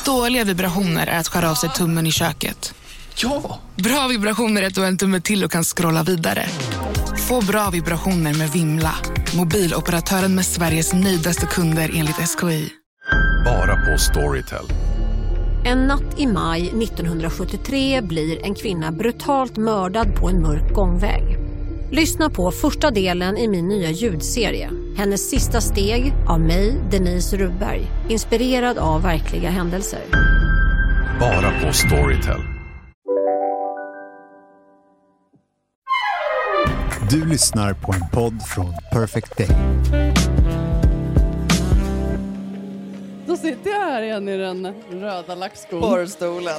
Dåliga vibrationer är att skära av sig tummen i köket. Ja! Bra vibrationer är att du har en tumme till och kan scrolla vidare. Få bra vibrationer med Vimla. Mobiloperatören med Sveriges nöjdaste kunder enligt SKI. Bara på Storytel. En natt i maj 1973 blir en kvinna brutalt mördad på en mörk gångväg. Lyssna på första delen i min nya ljudserie. Hennes sista steg av mig, Denise Rubberg. Inspirerad av verkliga händelser. Bara på Storytel. Du lyssnar på en podd från Perfect Day. Då sitter jag här igen i den röda lackskon. Borrstolen.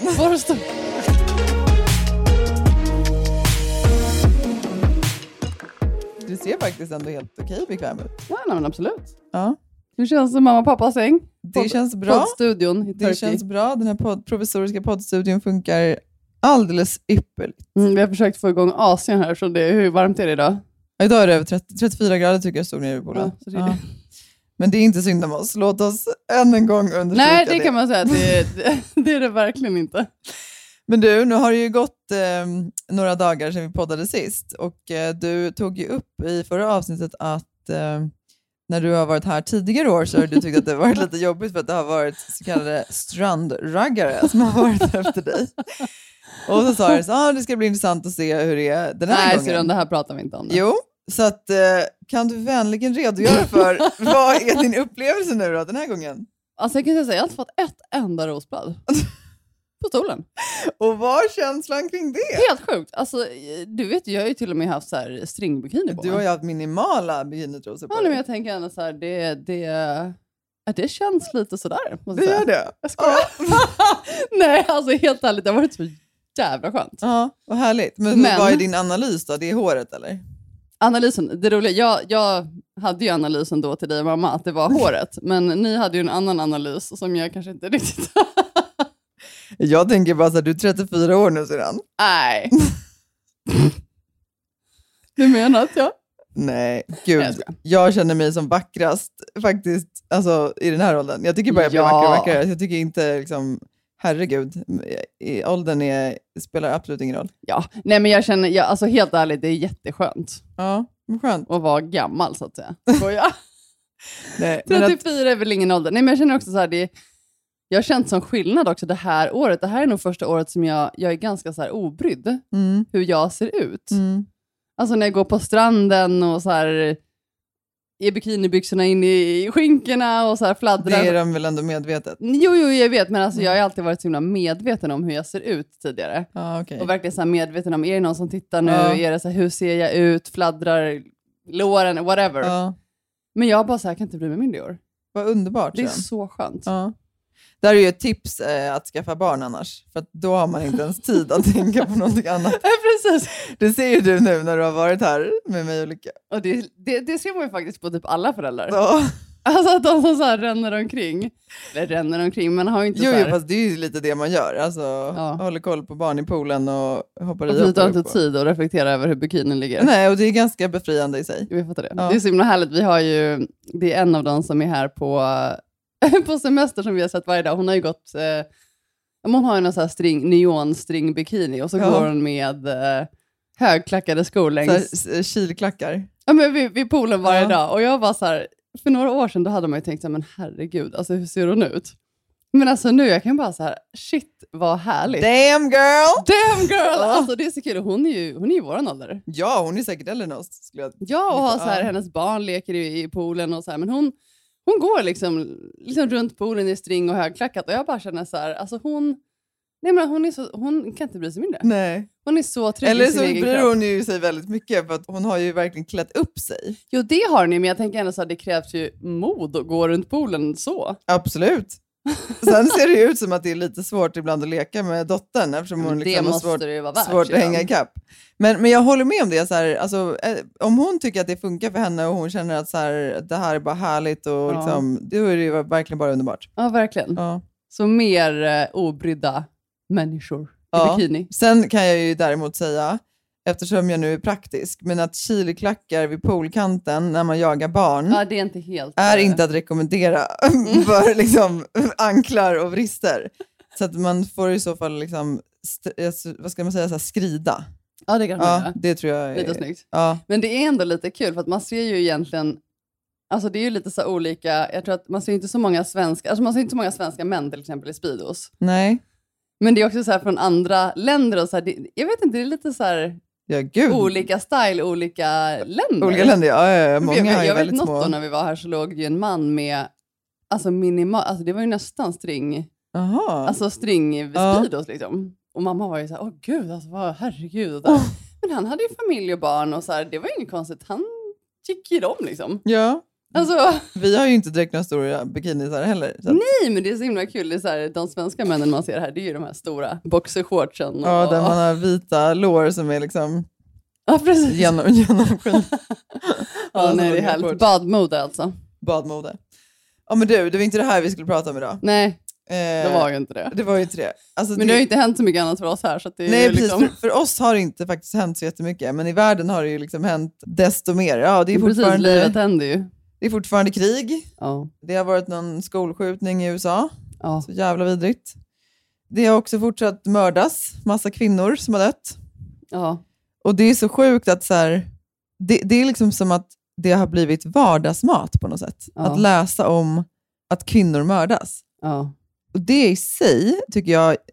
Du ser faktiskt ändå helt okej bekväm ut. Ja, nej, men absolut. Ja. Hur känns det mamma och pappas säng? Det känns bra. Poddstudion i Turkey. Det känns bra. Den här provisoriska poddstudion funkar alldeles ypperligt. Vi har försökt få igång Asien här, så hur varmt är det idag? Ja, idag är det över 34 grader tycker jag stod nere i poolen. Ja, så det är det. Men det är inte synd om oss. Låt oss än en gång undersöka det. Nej, det kan man säga. Det är det verkligen inte. Men du, nu har det ju gått några dagar sedan vi poddade sist. Och du tog ju upp i förra avsnittet att när du har varit här tidigare år så har du tyckt att det har varit lite jobbigt för att det har varit så kallade strandraggare som har varit efter dig. Och så sa du så det ska bli intressant att se hur det är den här gången. Nej, Syron, det här pratar vi inte om. Jo, så att kan du vänligen redogöra för vad är din upplevelse nu då den här gången? Alltså jag kan säga att jag har inte fått ett enda rosblad på stolen. Och vad är känslan kring det? Helt sjukt. Alltså, du vet, jag har ju till och med haft så här stringbikini på. Du har ju haft minimala bikinitrosor på dig. Men jag tänker ändå så här, det känns lite sådär. Det gör det? Jag skojar. Nej, alltså helt ärligt, det har varit så jävla skönt. Ja, vad härligt. Men vad är din analys då? Det är håret eller? Analysen, det roliga, jag hade ju analysen då till dig och mamma att det var håret. Men ni hade ju en annan analys som jag kanske inte riktigt... Jag tänker bara så här, du är 34 år nu sedan. Nej. Du menar att jag? Nej, gud. Jag känner mig som vackrast faktiskt, alltså i den här åldern. Jag tycker bara jag blir vackrare. Jag tycker inte liksom, herregud, i åldern spelar absolut ingen roll. Ja, nej men jag känner, alltså helt ärligt, det är jätteskönt. Ja, skönt. Att vara gammal så att säga. Nej, 34 är väl ingen ålder. Nej men jag känner också så här, jag har känt som skillnad också det här året. Det här är nog första året som jag är ganska så här obrydd. Hur jag ser ut. Alltså när jag går på stranden och så här i bikinibyxorna in i skinkorna och så här fladdrar. Det är de väl ändå medvetet? Jo, jag vet. Men alltså jag har alltid varit så himla medveten om hur jag ser ut tidigare. Okay. Och verkligen så här medveten om, är det någon som tittar nu? Är det så här, hur ser jag ut? Fladdrar låren? Whatever. Men jag bara så här, kan inte bli med mindre i år. Vad underbart. Det är så skönt. Där är ju ett tips att skaffa barn annars. För att då har man inte ens tid att tänka på någonting annat. Ja, precis. Det ser ju du nu när du har varit här med mig och Lycka. Och det ser man ju faktiskt på typ alla föräldrar. Ja. Alltså att de som så här ränner omkring. Eller ränner omkring, men har ju inte så här... Jo, fast det är ju lite det man gör. Alltså håller koll på barn i poolen och hoppar i. Och du har inte tid att reflektera över hur bikinin ligger. Nej, och det är ganska befriande i sig. Vi fattar det. Ja. Det är så himla härligt. Vi har ju, det är en av dem som är här på semester som vi har sett varje dag. Hon har ju gått, hon har ju en sån här neonstring bikini och så går hon med högklackade skor längs. Kilklackar. Ja, men vid poolen varje dag. Och jag var så här, för några år sedan då hade man ju tänkt så här, men herregud, alltså hur ser hon ut? Men alltså nu, jag kan bara så här, shit vad härligt. Damn girl! Alltså det är så kul, hon är ju våran ålder. Ja, hon är säkert äldre än oss. Ja, och har så här, hennes barn leker i poolen och så här, men hon går liksom runt poolen i string och högklackat och jag bara känner så här, alltså hon kan inte bli så mindre. Nej. Hon är så trygg eller i sin egen kropp. Eller så bryr hon ju sig väldigt mycket för att hon har ju verkligen klätt upp sig. Jo, det har ni, men jag tänker ändå så att det krävs ju mod att gå runt poolen så. Absolut. Sen ser det ut som att det är lite svårt ibland att leka med dottern eftersom hon liksom har svårt att hänga i kapp. Men jag håller med om det. Så här, alltså, om hon tycker att det funkar för henne och hon känner att så här, det här är bara härligt och liksom, då är det ju verkligen bara underbart. Ja, verkligen. Ja. Så mer obrydda människor i bikini. Sen kan jag ju däremot säga eftersom jag nu är praktisk. Men att chiliklackar vid poolkanten när man jagar barn Ja, det är inte helt... är inte att rekommendera för liksom anklar och vrister. Så att man får i så fall liksom, vad ska man säga, så här, skrida. Ja, det kan man göra. Det tror jag är... Lite snyggt. Ja. Men det är ändå lite kul för att man ser ju egentligen... Alltså det är ju lite så olika... Jag tror att man ser inte så många svenska... Alltså man ser inte så många svenska män till exempel i Speedos. Nej. Men det är också så här från andra länder och så här, jag vet inte, det är lite så här... Ja, gud. Olika style, olika länder. Olika länder, ja. Många har ju jag vet väldigt något små. då när vi var här så låg det ju en man med alltså alltså det var ju nästan string. Aha. Alltså string vid Speedos liksom. Och mamma var ju så här, åh gud, alltså herregud. Men han hade ju familj och barn och så här, det var inget konstigt. Han gick ju dem liksom. Ja. Alltså, Vi har ju inte direkt några stora bikinisar heller. Så. Nej, men det är så himla kul. Det är så här, de svenska männen man ser här, det är ju de här stora boxershortsen. Ja, där man har vita lår som är liksom ja, precis. genomskin. Ja, nej, det är härligt. Badmode alltså. Badmode. Ja, men det var inte det här vi skulle prata om idag. Nej, det var ju inte det. Det var ju inte det. Alltså, men det har ju inte hänt så mycket annat för oss här. Så att det nej, är precis. liksom... För oss har det inte faktiskt hänt så jättemycket. Men i världen har det ju liksom hänt desto mer. Ja, det är precis, fortfarande... livet händer ju. Det är fortfarande krig. Ja. Det har varit någon skolskjutning i USA. Ja. Så jävla vidrigt. Det har också fortsatt mördas. Massa kvinnor som har dött. Ja. Och det är så sjukt att så här, det är liksom som att det har blivit vardagsmat på något sätt. Ja. Att läsa om att kvinnor mördas. Ja. Och det i sig tycker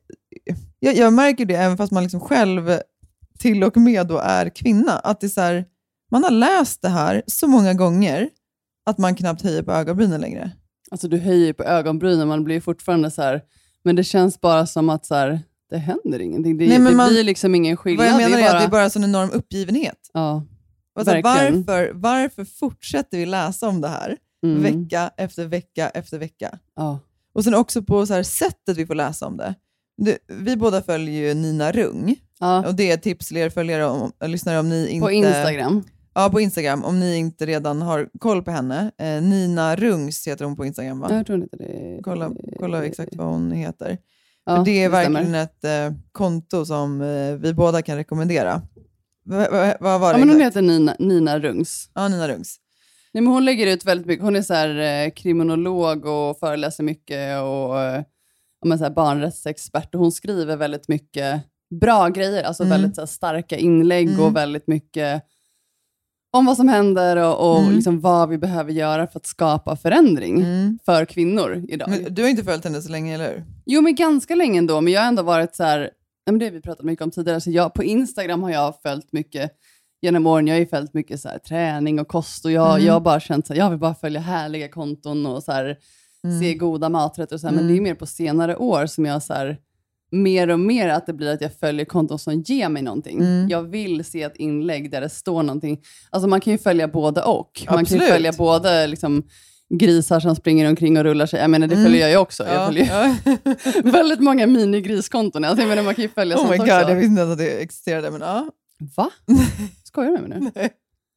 jag märker det även fast man liksom själv till och med då är kvinna. Att det är så här, man har läst det här så många gånger att man knappt höjer på ögonbrynen längre. Alltså du höjer på ögonbrynen, man blir fortfarande så här, men det känns bara som att så här, det händer ingenting. Det blir liksom ingen skillnad. Vad jag menar är bara... att det är bara en enorm uppgivenhet. Ja, alltså, varför fortsätter vi läsa om det här vecka efter vecka efter vecka? Ja. Och sen också på så här sättet vi får läsa om det. Vi båda följer ju Nina Rung. Ja. Och det är ett tips till er följare lyssnare om ni inte... På Instagram. Ja, på Instagram. Om ni inte redan har koll på henne. Nina Rungs heter hon på Instagram, va? Jag tror inte det. Kolla exakt vad hon heter. Ja, för det är verkligen stämmer. ett konto som vi båda kan rekommendera. Vad var det? Ja, men hon heter Nina Rungs. Ja, Nina Rungs. Nej, men hon lägger ut väldigt mycket. Hon är så här kriminolog och föreläser mycket och så här barnrättsexpert. Och hon skriver väldigt mycket bra grejer. Alltså väldigt så här, starka inlägg och väldigt mycket om vad som händer och liksom vad vi behöver göra för att skapa förändring för kvinnor idag. Men du har inte följt henne så länge, eller hur? Jo, men ganska länge ändå. Men jag har ändå varit så här, men det har vi pratat mycket om tidigare. Så på Instagram har jag följt mycket genom åren. Jag har ju följt mycket så här, träning och kost. Och jag har bara känt att jag vill bara följa härliga konton och så här, se goda maträtter och så här. Men det är mer på senare år som jag så här, mer och mer att det blir att jag följer konton som ger mig någonting. Jag vill se ett inlägg där det står någonting. Alltså man kan ju följa både och. Absolut. Man kan ju följa både liksom grisar som springer omkring och rullar sig. Jag menar, det följer jag ju också. Jag följer väldigt många minigriskonton. Alltså, jag menar, man kan ju följa sånt också. Oh my god, jag visste inte att det existerade. Men ja. Va? Skojar du med mig nu? Nej.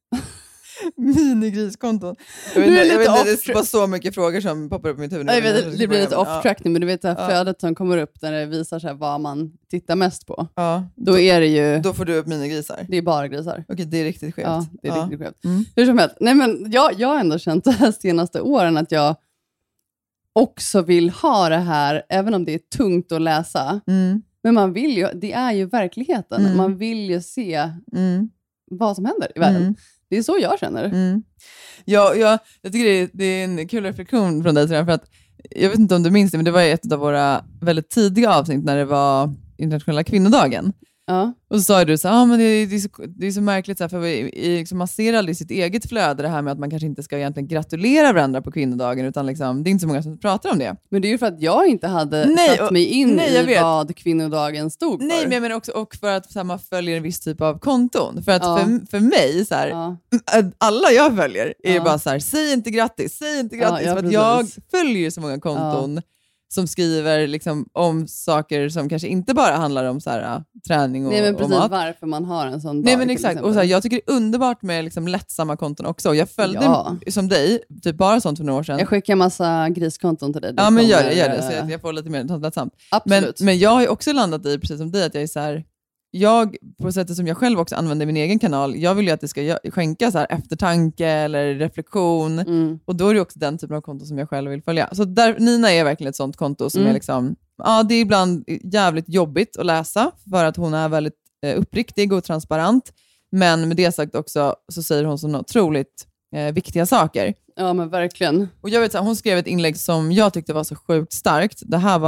Minigriskonton. Jag vet, det är bara så mycket frågor som poppar upp i mitt huvud. Det blir lite off-track nu, men du vet det här flödet som kommer upp där det visar sig vad man tittar mest på. Ja. Då är det ju... Då får du upp minigrisar. Det är bara grisar. Okej, det är riktigt skevt. Ja, det är riktigt skevt. Hur som helst. Nej, men jag har ändå känt de här senaste åren att jag också vill ha det här, även om det är tungt att läsa. Men man vill ju, det är ju verkligheten. Man vill ju se vad som händer i världen. Det är så jag känner. Ja, jag tycker det är en kul reflektion från dig, för att jag vet inte om du minns det, men det var ett av våra väldigt tidiga avsnitt när det var internationella kvinnodagen. Ja. Och så sa du så här, men det är så märkligt så här, för liksom, man ser aldrig i sitt eget flöde det här med att man kanske inte ska egentligen gratulera varandra på kvinnodagen, utan liksom, det är inte så många som pratar om det. Men det är ju för att jag inte hade satt mig in i vad kvinnodagen stod för. Nej, men också och för att så här, man följer en viss typ av konton. För att för mig, så här, alla jag följer är ju bara så här, säg inte grattis. För att jag följer så många konton som skriver liksom om saker som kanske inte bara handlar om så här, träning och, nej, men precis, och mat. Varför man har en sån dag. Nej, men exakt. Och så här, jag tycker det är underbart med liksom lättsamma konton också. Jag följde som dig, typ bara sånt för några år sedan. Jag skickar massa griskonton till dig. Ja, men gör det. Så jag får lite mer lättsamt. Absolut. Men jag har ju också landat i, precis som dig, att jag är så här, jag, på sättet som jag själv också använder min egen kanal, jag vill ju att det ska skänka så här eftertanke eller reflektion. Och då är det också den typen av konto som jag själv vill följa. Så Nina är verkligen ett sånt konto som är liksom, ja, det är ibland jävligt jobbigt att läsa för att hon är väldigt uppriktig och transparent. Men med det sagt också så säger hon så otroligt viktiga saker. Ja, men verkligen. Och jag vet så här, hon skrev ett inlägg som jag tyckte var så sjukt starkt. Det här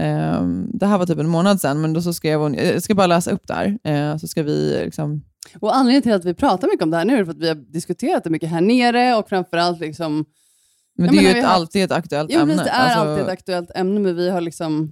var typ en månad sedan, men då så skrev hon, jag ska bara läsa upp där, så ska vi liksom... Och anledningen till att vi pratar mycket om det här nu är för att vi har diskuterat det mycket här nere och framförallt liksom... Men det är ju alltid ett aktuellt ämne. Jo, det är alltid ett aktuellt ämne, men vi har liksom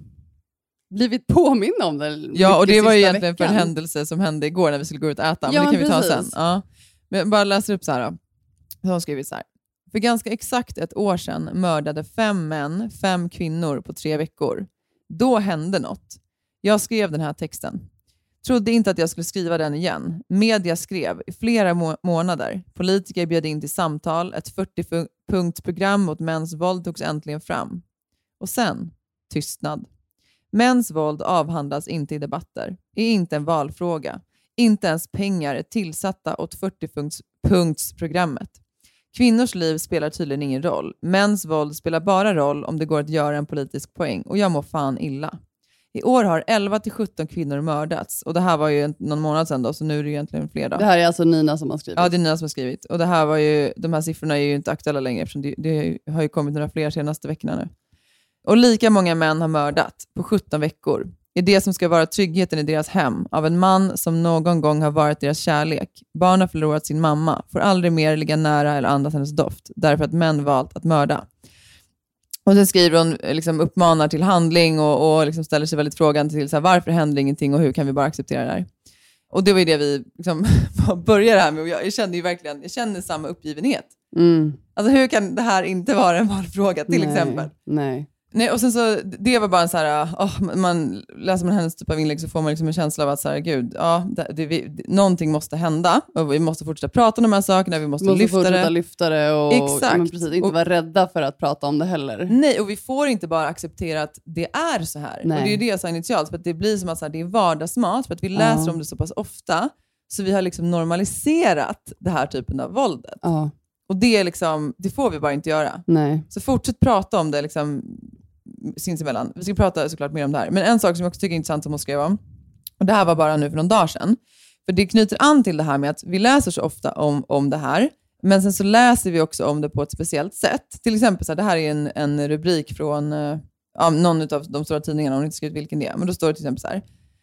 blivit påminna om det. Ja, och det var ju egentligen veckan. för en händelse som hände igår när vi skulle gå ut och äta. Men Ja, det kan vi ta precis. sen. Ja. Men bara läser upp så här då. Så hon skrivit så här. För ganska exakt ett år sedan mördade 5 män, 5 kvinnor på 3 veckor. Då hände något. Jag skrev den här texten. Trodde inte att jag skulle skriva den igen. Media skrev i flera månader. Politiker bjöd in till samtal. Ett 40-punktsprogram mot mäns våld togs äntligen fram. Och sen, tystnad. Mäns våld avhandlas inte i debatter. Är inte en valfråga. Inte ens pengar är tillsatta åt 40-punktsprogrammet. Kvinnors liv spelar tydligen ingen roll. Mäns våld spelar bara roll om det går att göra en politisk poäng. Och jag mår fan illa. I år har 11-17 kvinnor mördats. Och det här var ju någon månad sedan då, så nu är det egentligen fler då. Det här är alltså Nina som har skrivit. Ja, det är Nina som har skrivit. Och det här var ju, de här siffrorna är ju inte aktuella längre eftersom det har ju kommit några fler senaste veckorna nu. Och lika många män har mördat på 17 veckor. I det som ska vara tryggheten i deras hem av en man som någon gång har varit deras kärlek. Barn har förlorat sin mamma, får aldrig mer ligga nära eller andas hennes doft därför att män valt att mörda. Och sen skriver hon, liksom uppmanar till handling och liksom ställer sig väldigt frågan till så här, varför händer ingenting och hur kan vi bara acceptera det här? Och det var ju det vi liksom började här med och jag kände ju verkligen, jag kände samma uppgivenhet. Alltså hur kan det här inte vara en valfråga till exempel? Nej, och sen så, det var bara en så här, läser man hennes typ av inlägg så får man liksom en känsla av att så här, gud, ja, någonting måste hända och vi måste fortsätta prata om de här sakerna, vi måste lyfta det och exakt. Men precis, inte vara rädda för att prata om det heller. Nej, och vi får inte bara acceptera att det är så här. Nej. Och det är det jag sa initialt, för att det blir som att så här, det är vardagsmat, för att vi läser om det så pass ofta så vi har liksom normaliserat det här typen av våldet. Ja. Och det är liksom, det får vi bara inte göra. Nej. Så fortsätt prata om det liksom sinsemellan. Vi ska prata såklart mer om det här. Men en sak som jag också tycker är intressant som hon skrev om, och det här var bara nu för någon dag sedan, för det knyter an till det här med att vi läser så ofta om det här, men sen så läser vi också om det på ett speciellt sätt. Till exempel så här, det här är en rubrik från någon av de stora tidningarna, hon har inte skrivit vilken det är, men då står det till exempel så här: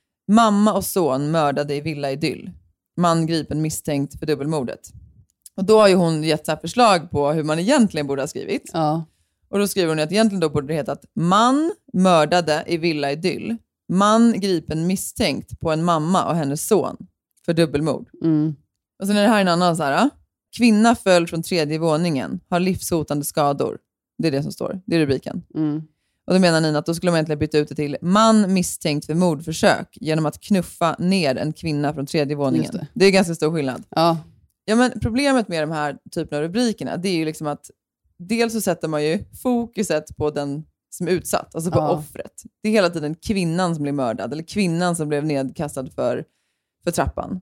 mamma och son mördade i villa-idyll. Man gripen misstänkt för dubbelmordet. Och då har ju hon gett så här förslag på hur man egentligen borde ha skrivit. Ja. Och då skriver hon att egentligen då borde det heta att man mördade i villa-idyll. Man gripen misstänkt på en mamma och hennes son för dubbelmord. Och sen är det här en annan så här: kvinna föll från 3:e våningen, har livshotande skador. Det är det som står, det är rubriken. Och då menar Nina att då skulle man egentligen byta ut det till man misstänkt för mordförsök genom att knuffa ner en kvinna från 3:e våningen. Det är ganska stor skillnad. Ja, men problemet med de här typen av rubrikerna, det är ju liksom att dels så sätter man ju fokuset på den som är utsatt, alltså på offret. Det är hela tiden kvinnan som blir mördad eller kvinnan som blev nedkastad för trappan.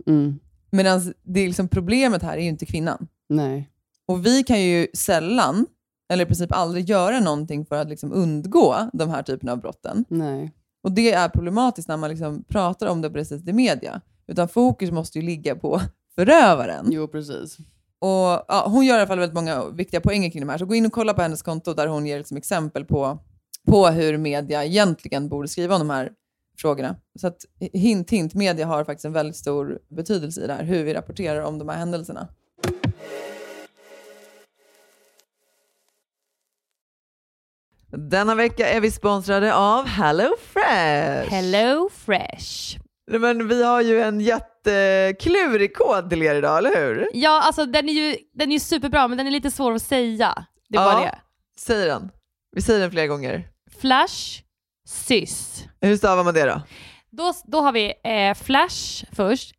Medan det är liksom, problemet här är ju inte kvinnan. Nej. Och vi kan ju sällan, eller i princip aldrig göra någonting för att liksom undgå de här typen av brotten. Nej. Och det är problematiskt när man liksom pratar om det på det sättet i media. Utan fokus måste ju ligga på förövaren. Jo, precis. Och ja, hon gör i alla fall väldigt många viktiga poänger kring de här. Så gå in och kolla på hennes konto där hon ger liksom exempel på hur media egentligen borde skriva om de här frågorna. Så att hint, media har faktiskt en väldigt stor betydelse i det här. Hur vi rapporterar om de här händelserna. Denna vecka är vi sponsrade av HelloFresh. HelloFresh. Men vi har ju en jätteklurig kod till er idag, eller hur? Ja, alltså den är ju superbra, men den är lite svår att säga. Det är bara det. Säg den. Vi säger den flera gånger. Flash sys. Hur stavar man det då? Då har vi Flash först.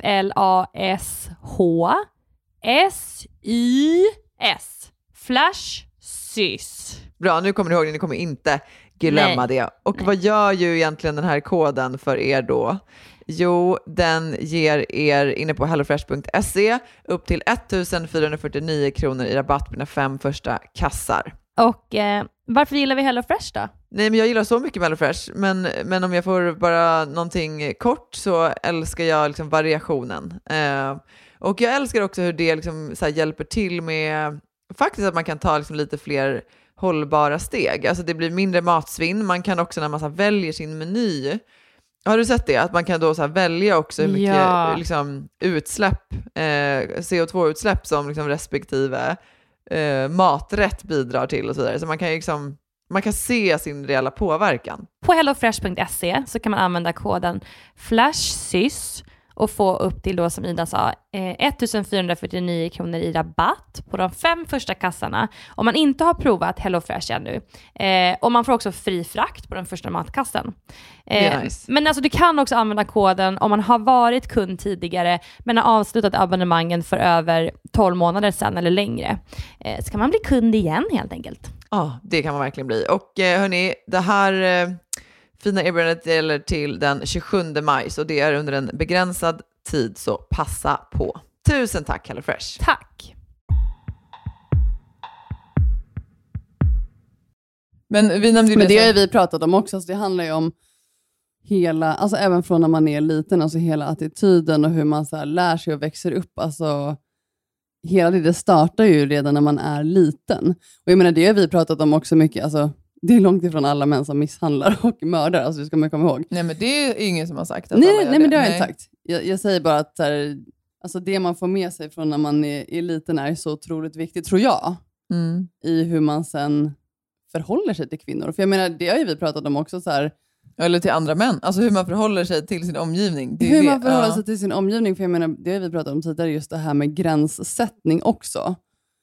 FLASH-SYS. Flash sys. Bra, nu kommer ni ihåg det. Ni kommer inte glömma det. Och vad gör ju egentligen den här koden för er då? Jo, den ger er inne på hellofresh.se upp till 1449 kronor i rabatt på dina 5 första kassar. Och varför gillar vi HelloFresh då? Nej, men jag gillar så mycket med HelloFresh, men om jag får bara någonting kort så älskar jag liksom variationen. Och jag älskar också hur det liksom så här hjälper till med faktiskt att man kan ta liksom lite fler hållbara steg. Alltså det blir mindre matsvinn. Man kan också när man så här väljer sin meny. Har du sett det? Att man kan då så här välja också hur mycket liksom, utsläpp, CO2-utsläpp som liksom respektive maträtt bidrar till och så vidare. Så man kan ju liksom, man kan se sin reella påverkan. På hellofresh.se så kan man använda koden FLASHSYS och få upp till då, som Ida sa, 1449 kronor i rabatt på de 5 första kassarna om man inte har provat HelloFresh ännu. Och man får också fri frakt på den första matkassen. Nice. Men alltså du kan också använda koden om man har varit kund tidigare men har avslutat abonnemangen för över 12 månader sedan eller längre. Så kan man bli kund igen helt enkelt. Ja, det kan man verkligen bli. Och hörni, det här fina erbjudandet gäller till den 27 maj, så det är under en begränsad tid, så passa på. Tusen tack HelloFresh. Tack! Men vi nämnde ju men det har ju vi pratat om också, så det handlar ju om hela, alltså även från när man är liten, alltså hela attityden och hur man så här lär sig och växer upp, alltså hela det startar ju redan när man är liten. Och jag menar, det har vi pratat om också mycket, alltså det är långt ifrån alla män som misshandlar och mördar, alltså det ska man komma ihåg. Nej, men det är ingen som har sagt att nej, men det har jag inte sagt. Jag säger bara att så här, alltså det man får med sig från när man är liten är så otroligt viktigt, tror jag, i hur man sen förhåller sig till kvinnor. För jag menar, det har ju vi pratat om också så här, eller till andra män, alltså hur man förhåller sig till sin omgivning. Det är hur man förhåller sig till sin omgivning, för jag menar, det har vi pratat om tidigare, just det här med gränssättning också.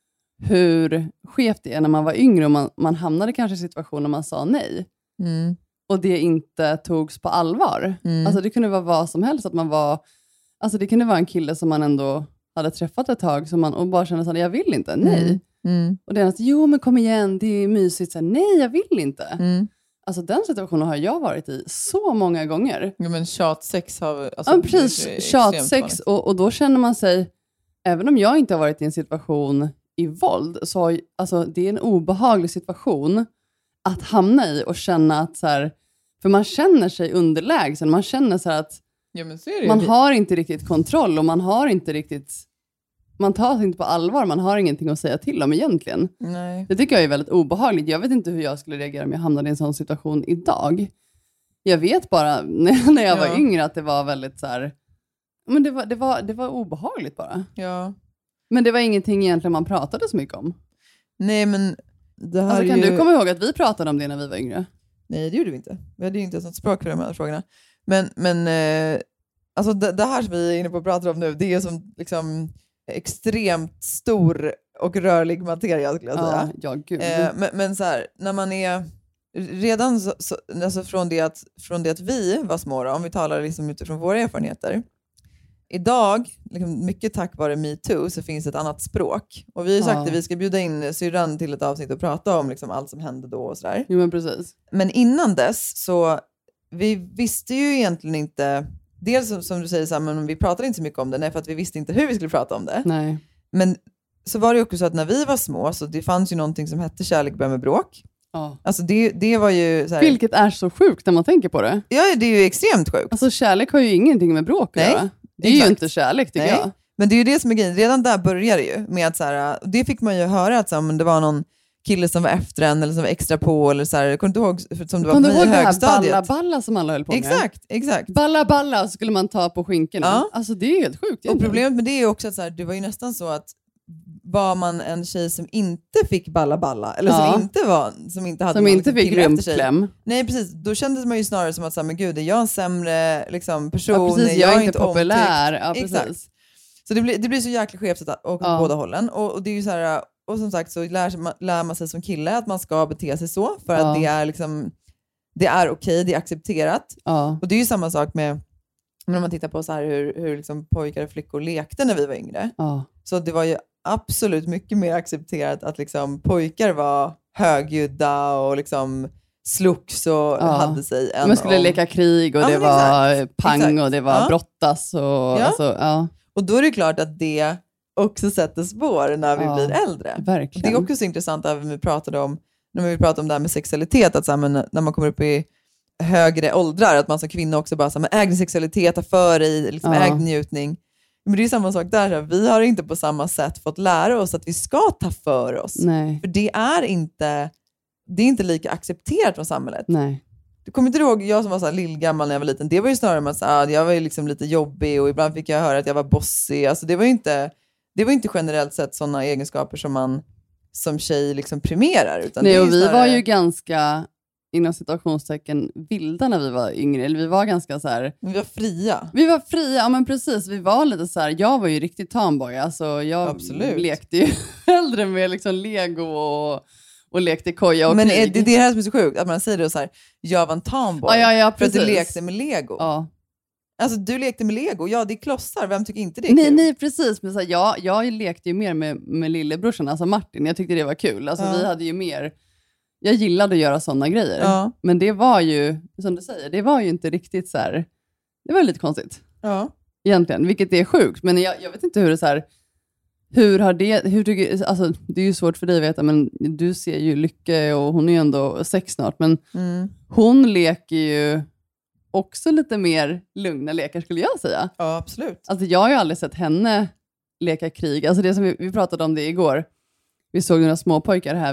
Hur skevt det är när man var yngre och man hamnade kanske i situationer där man sa nej. Och det inte togs på allvar. Alltså det kunde vara vad som helst, att man var, alltså det kunde vara en kille som man ändå hade träffat ett tag som man, och bara kände så här, jag vill inte, nej. Och det är att, jo men kom igen, det är mysigt, så här, nej jag vill inte. Alltså den situationen har jag varit i så många gånger. Ja, men tjatsex har... Alltså, ja, precis. Tjatsex. Och då känner man sig, även om jag inte har varit i en situation i våld, så alltså, det är en obehaglig situation att hamna i och känna att så här, för man känner sig underlägsen. Man känner så här att man har inte riktigt kontroll och man har inte riktigt, man tar inte på allvar, man har ingenting att säga till om egentligen. Nej. Det tycker jag är väldigt obehagligt. Jag vet inte hur jag skulle reagera om jag hamnade i en sån situation idag. Jag vet bara när jag var yngre att det var väldigt så här, men det var obehagligt bara. Ja. Men det var ingenting egentligen man pratade så mycket om. Nej, men det här alltså, kan du komma ihåg att vi pratade om det när vi var yngre? Nej, det gjorde vi inte. Vi hade ju inte ett sånt språk för de här frågorna. Men alltså det här som vi är inne på att prata om nu, det är som liksom extremt stor och rörlig materia, skulle jag säga. Ja, gud. Men så här, när man är redan så, alltså från det att vi var små då, om vi talar liksom utifrån våra erfarenheter. Idag, liksom mycket tack vare MeToo, så finns ett annat språk. Och vi har sagt att vi ska bjuda in syrran till ett avsnitt och prata om liksom allt som hände då och sådär. Jo, men precis. Men innan dess så, vi visste ju egentligen inte, dels som du säger så här, men vi pratade inte så mycket om det, nej, för att vi visste inte hur vi skulle prata om det. Nej. Men så var det också så att när vi var små, så det fanns ju någonting som hette kärlek börjar med bråk. Ja. Alltså det var ju så här, vilket är så sjukt när man tänker på det. Ja, det är ju extremt sjukt. Alltså kärlek har ju ingenting med bråk att göra. Det är ju inte kärlek, tycker jag. Men det är ju det som är grejen. Redan där börjar det ju med att så här, det fick man ju höra att så här, men det var någon kille som var efter en eller som var extra på eller så här, jag kommer inte ihåg som det var på mig i högstadiet. Balla balla som alla höll på med. Exakt. Balla balla skulle man ta på skinkorna. Ja. Alltså det är ju helt sjukt. Och problemet med det är också att så här, det var ju nästan så att var man en tjej som inte fick balla balla eller som inte hade som någon inte fick rumpkläm. Nej, precis. Då kändes man ju snarare som att så här, men gud, är jag en sämre liksom, person? Ja, precis, jag är inte populär. Ja, exakt. Så det blir så jäkla skevt åt båda hållen. Och det är ju så här, och som sagt så lär man sig som kille att man ska bete sig så för att det är liksom, det är okej, det är accepterat. Och det är ju samma sak med när man tittar på så här hur liksom pojkar och flickor lekte när vi var yngre. Så det var ju absolut mycket mer accepterat att liksom pojkar var högljudda och liksom slogs och hade sig. Man skulle leka krig och det var pang och det var brottas. Och, och då är det klart att det också sätter spår när vi blir äldre. Verkligen. Det är också så intressant när vi pratade om det här med sexualitet, att så här, men när man kommer upp i högre åldrar, att man som kvinna också bara så här, men ägd sexualitet, ta för i, liksom, ägd njutning. Men det är samma sak där, så här, vi har inte på samma sätt fått lära oss att vi ska ta för oss. Nej. För det är inte lika accepterat från samhället. Nej. Du kommer inte ihåg, jag som var så här lillgammal när jag var liten, det var ju snarare att jag var ju liksom lite jobbig och ibland fick jag höra att jag var bossig. Alltså det var inte generellt sett sådana egenskaper som man som tjej liksom premierar. Utan nej, det är och vi snarare... var ju ganska, inom situationstecken, vilda när vi var yngre. Eller vi var ganska så här... Vi var fria. Vi var fria, ja men precis. Vi var lite så här, jag var ju riktigt tomboy. Alltså jag lekte ju hellre med liksom Lego och lekte koja och men krig. Men det här som är så sjukt, att man säger det så här, jag var en tomboy. Ja, för att du lekte med Lego. Ja. Alltså du lekte med Lego, ja det är klossar, vem tycker inte det är kul? Nej precis, men så här, jag lekte ju mer med lillebrorsan, alltså Martin, jag tyckte det var kul. Alltså vi hade ju mer, jag gillade att göra sådana grejer. Men det var ju, som du säger, det var ju inte riktigt så här, det var lite konstigt. Egentligen, vilket är sjukt, men jag vet inte hur det så här, alltså det är ju svårt för dig att veta, men du ser ju Lycke och hon är ju ändå 6 snart, men hon leker ju också lite mer lugna lekar skulle jag säga. Ja, absolut. Alltså jag har ju aldrig sett henne leka krig. Alltså det som vi pratade om det igår. Vi såg några små pojkar här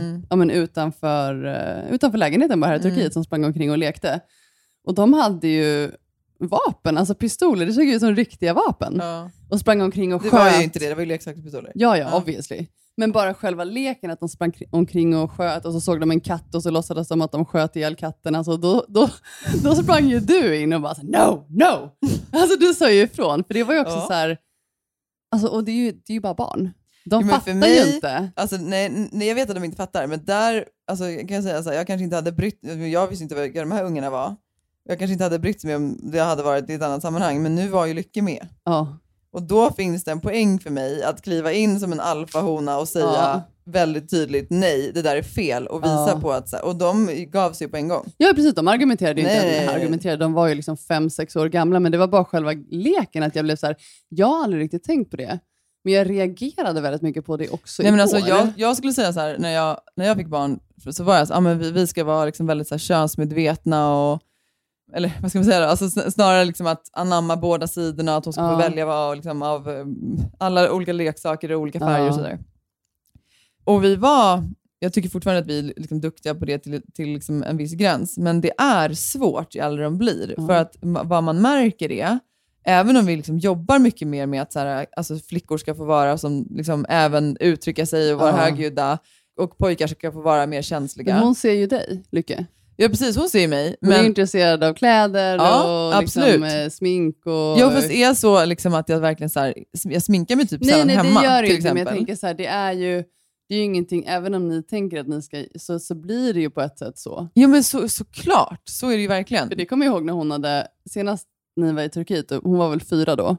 utanför lägenheten bara här i Turkiet som sprang omkring och lekte. Och de hade ju vapen, alltså pistoler. Det såg ut som riktiga vapen. Ja. Och sprang omkring och sköt. Det var ju inte det var ju leksakspistoler. Ja, obviously. Men bara själva leken, att de sprang omkring och sköt och så såg de en katt och så låtsades de att de sköt ihjäl katten. Alltså då sprang ju du in och bara så, no! Alltså du sa ju ifrån, för det var ju också så här, alltså, och det är ju bara barn. De fattar mig, ju inte. Alltså, nej, jag vet att de inte fattar, men där, alltså, kan jag säga så här, jag kanske inte hade jag visste inte vilka de här ungarna var. Jag kanske inte hade brytt mig om det hade varit i ett annat sammanhang, men nu var ju Lycke med. Ja. Och då finns det en poäng för mig att kliva in som en alfahona och säga väldigt tydligt nej, det där är fel och visa på att, och de gav sig på en gång. Ja precis, de argumenterade ju inte, de var ju liksom 5-6 år gamla, men det var bara själva leken att jag blev så här, jag har aldrig riktigt tänkt på det. Men jag reagerade väldigt mycket på det också. Nej, men alltså, jag skulle säga så här, när jag fick barn så var jag så men vi ska vara liksom väldigt så här könsmedvetna och, eller vad ska man säga då? Alltså, snarare liksom att anamma båda sidorna, att hon ska få välja vad, liksom, av alla olika leksaker och olika färger och sådär. Och jag tycker fortfarande att vi är liksom duktiga på det till liksom en viss gräns, men det är svårt ju äldre de blir, för att vad man märker är, även om vi liksom jobbar mycket mer med att så här, alltså, flickor ska få vara som liksom, även uttrycka sig och vara högljudda, och pojkar ska få vara mer känsliga. Men hon ser ju dig, Lycke. Ja precis, hon ser mig. Hon är intresserad av kläder och liksom, smink. Och... Ja, fast är så liksom, att jag verkligen så här, jag sminkar mig typ sällan hemma. Nej, det gör till inte, men jag exempel. tänker så här, det är ju ingenting, även om ni tänker att ni ska, så blir det ju på ett sätt så. Ja, men såklart, så är det ju verkligen. För det kommer jag ihåg när hon hade, senast ni var i Turkiet, hon var väl 4 då?